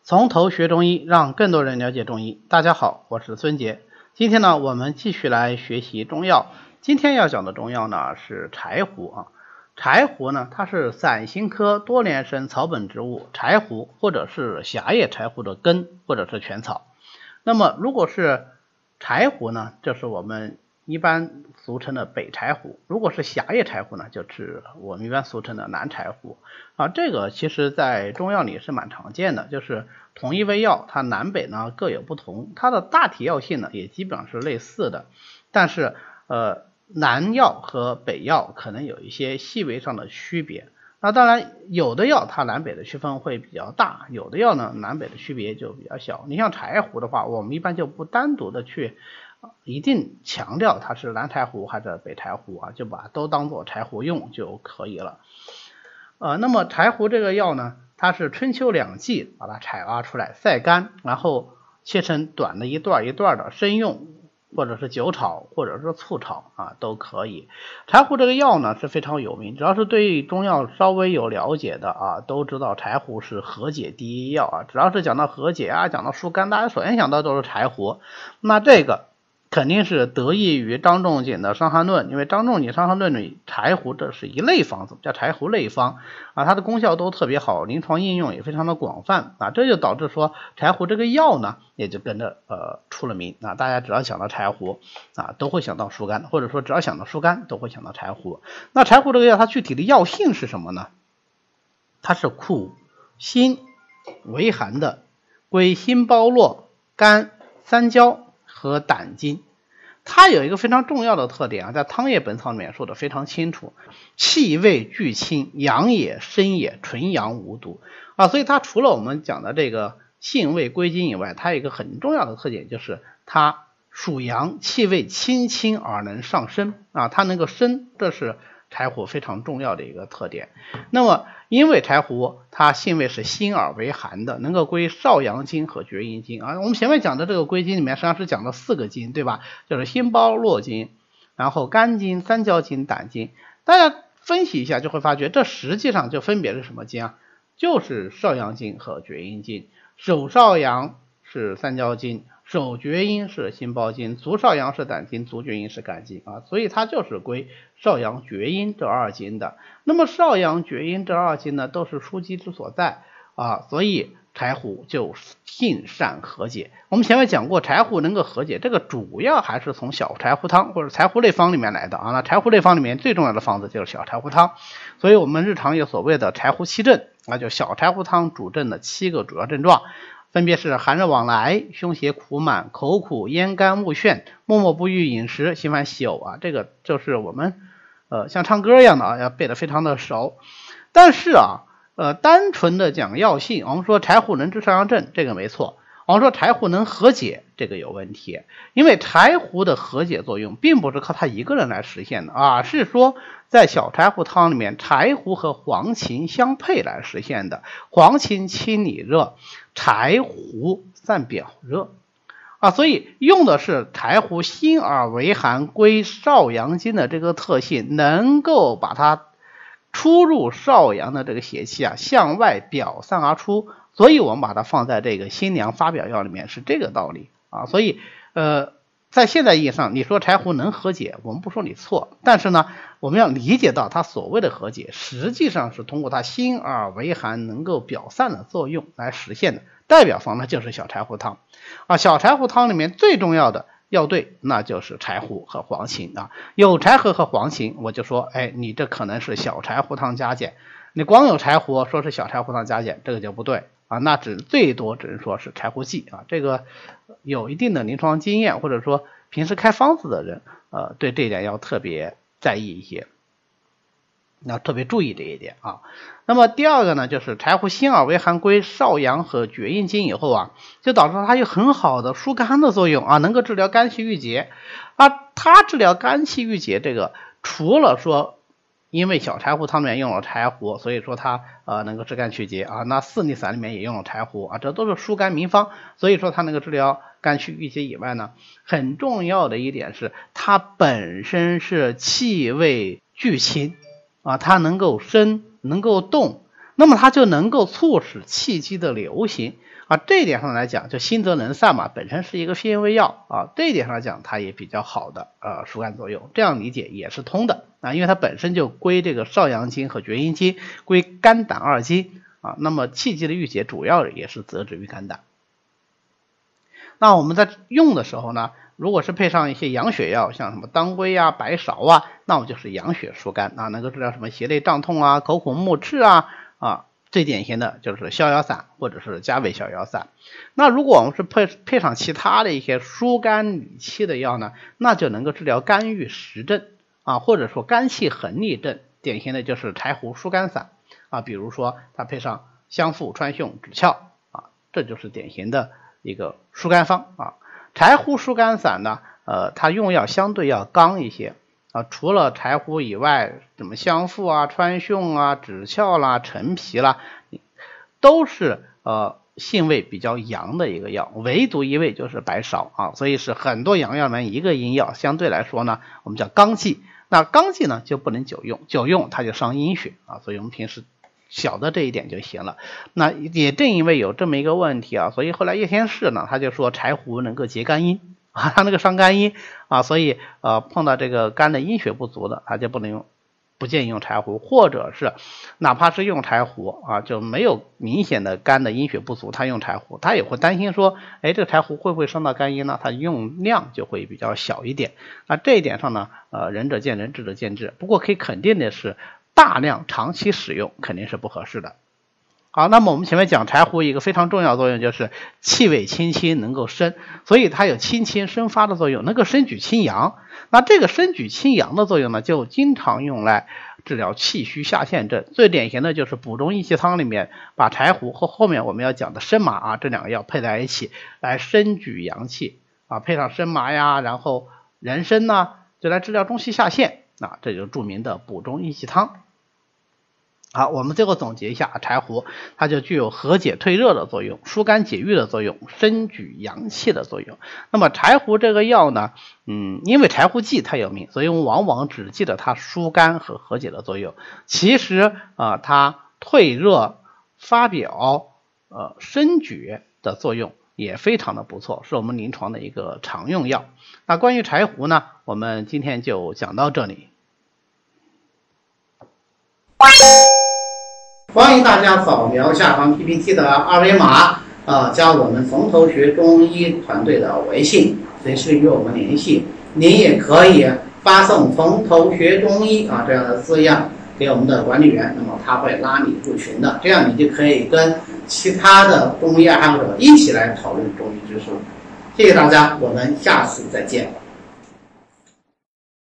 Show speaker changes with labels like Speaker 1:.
Speaker 1: 从头学中医，让更多人了解中医。大家好，我是孙杰。今天呢，我们继续来学习中药。今天要讲的中药呢是柴胡啊。柴胡呢，它是伞形科多年生草本植物柴胡或者是狭叶柴胡的根或者是全草。那么如果是柴胡呢，就是我们一般俗称的北柴胡；如果是狭叶柴胡呢，就是我们一般俗称的南柴胡啊。这个其实在中药里是蛮常见的，就是同一味药，它南北呢各有不同，它的大体药性呢也基本上是类似的，但是南药和北药可能有一些细微上的区别。那当然有的药它南北的区分会比较大，有的药呢南北的区别就比较小。你像柴胡的话，我们一般就不单独的去一定强调它是南柴胡还是北柴胡啊，就把都当做柴胡用就可以了。那么柴胡这个药呢，它是春秋两季把它采挖出来晒干，然后切成短的一段一段的生用，或者是酒炒或者是醋炒啊都可以。柴胡这个药呢是非常有名，只要是对中药稍微有了解的啊，都知道柴胡是和解第一药啊。只要是讲到和解啊，讲到疏肝，大家首先想到都是柴胡。那这个肯定是得益于张仲景的《伤寒论》，因为张仲景《伤寒论》里柴胡这是一类方子，叫柴胡类方啊，它的功效都特别好，临床应用也非常的广泛啊，这就导致说柴胡这个药呢也就跟着出了名啊，大家只要想到柴胡啊，都会想到疏肝，或者说只要想到疏肝都会想到柴胡。那柴胡这个药它具体的药性是什么呢？它是苦辛微寒的，归心包络、肝、三焦和胆经。它有一个非常重要的特点啊，在汤液本草里面说的非常清楚，气味俱清，阳也生也，纯阳无毒啊。所以它除了我们讲的这个性味归经以外，它有一个很重要的特点，就是它属阳，气味清清而能上升啊，它能够升，这是柴胡非常重要的一个特点。那么因为柴胡它性味是辛而为寒的，能够归少阳经和厥阴经啊。我们前面讲的这个归经里面实际上是讲了4个经，对吧？就是心包络经，然后肝经、三焦经、胆经。大家分析一下就会发觉，这实际上就分别是什么经啊？就是少阳经和厥阴经。手少阳是三焦经，手厥阴是心包经，足少阳是胆经，足厥阴是肝经啊，所以它就是归少阳厥阴这2经的。那么少阳厥阴这2经呢，都是枢机之所在啊，所以柴胡就性善和解。我们前面讲过，柴胡能够和解，这个主要还是从小柴胡汤或者柴胡类方里面来的啊。那柴胡类方里面最重要的方子就是小柴胡汤，所以我们日常有所谓的柴胡7症啊，就小柴胡汤主症的7个主要症状，分别是寒热往来、胸胁苦满、口苦、咽干、目眩、默默不欲饮食、心烦喜呕啊。这个就是我们像唱歌一样的啊，要背得非常的熟。但是啊单纯的讲药性，我们说柴胡能治少阳症，这个没错。我们说柴胡能和解，这个有问题，因为柴胡的和解作用并不是靠它一个人来实现的啊，是说在小柴胡汤里面，柴胡和黄芩相配来实现的。黄芩清里热，柴胡散表热啊，所以用的是柴胡辛而为寒，归少阳经的这个特性，能够把它出入少阳的这个邪气啊向外表散而出，所以我们把它放在这个辛凉发表药里面是这个道理啊。所以在现代意义上，你说柴胡能和解，我们不说你错，但是呢我们要理解到它所谓的和解实际上是通过它辛而为寒能够表散的作用来实现的。代表方呢就是小柴胡汤啊，小柴胡汤里面最重要的药对，那就是柴胡和黄芩啊。有柴胡和黄芩，我就说你这可能是小柴胡汤加减。你光有柴胡说是小柴胡汤加减，这个就不对啊，那最多只能说是柴胡剂啊。这个有一定的临床经验或者说平时开方子的人对这一点要特别在意一些，要特别注意这一点啊。那么第二个呢，就是柴胡辛而为寒，归少阳和厥阴经以后啊，就导致它有很好的疏肝的作用啊，能够治疗肝气郁结啊。它治疗肝气郁结这个，除了说因为小柴胡汤里面用了柴胡，所以说它能够治肝祛结啊，那四逆散里面也用了柴胡啊，这都是疏肝名方，所以说它能够治疗肝气郁结以外呢，很重要的一点是它本身是气味俱清啊，它能够升能够动， 那么它就能够促使气机的流行啊。这一点上来讲，就心则能散嘛，本身是一个穴位药啊，这一点上来讲它也比较好的疏肝作用，这样理解也是通的啊，因为它本身就归这个少阳经和厥阴经，归肝胆二经啊。那么气机的郁结主要也是责止于肝胆。那我们在用的时候呢，如果是配上一些养血药，像什么当归啊、白芍啊，那我就是养血疏肝啊，能够治疗什么胁肋胀痛啊、口苦目赤啊最典型的就是逍遥散或者是加味逍遥散。那如果我们是配上其他的一些疏肝理气的药呢，那就能够治疗肝郁实症啊，或者说肝气横逆症，典型的就是柴胡疏肝散啊，比如说它配上香附、川芎、枳壳啊，这就是典型的一个疏肝方啊。柴胡疏肝散呢，它用药相对要刚一些啊，除了柴胡以外，什么香附啊、川芎啊、枳壳啦、陈皮啦，都是性味比较阳的一个药，唯独一味就是白芍啊，所以是很多阳药里面一个阴药，相对来说呢，我们叫刚剂。那刚剂呢就不能久用，久用它就伤阴血啊，所以我们平时晓得这一点就行了。那也正因为有这么一个问题啊，所以后来叶天士呢他就说柴胡能够结肝阴啊，他那个伤肝阴啊，所以碰到这个肝的阴血不足的，他就不建议用柴胡，或者是哪怕是用柴胡啊，就没有明显的肝的阴血不足，他用柴胡，他也会担心说，哎，这个柴胡会不会伤到肝阴呢？他用量就会比较小一点。那这一点上呢，仁者见仁，智者见智。不过可以肯定的是，大量长期使用肯定是不合适的。好，那么我们前面讲柴胡一个非常重要的作用就是气味清新，能够生，所以它有清清生发的作用，能够升举清阳。那这个升举清阳的作用呢，就经常用来治疗气虚下陷症。最典型的就是补中益气汤里面把柴胡和后面我们要讲的生麻啊这两个药配在一起来升举阳气啊，配上生麻呀，然后人参呢就来治疗中气下陷啊，这就是著名的补中益气汤。好，我们最后总结一下，柴胡它就具有和解退热的作用，疏肝解郁的作用，升举阳气的作用。那么柴胡这个药呢，因为柴胡记它有名，所以我们往往只记得它疏肝和和解的作用。其实它退热、发表、升举的作用也非常的不错，是我们临床的一个常用药。那关于柴胡呢，我们今天就讲到这里。欢迎大家扫描下方 PPT 的二维码，加我们冯头学中医团队的微信，随时与我们联系。您也可以发送冯头学中医这样的字样给我们的管理员，那么他会拉你入群的，这样你就可以跟其他的中医爱好者一起来讨论中医知识。谢谢大家，我们下次再见。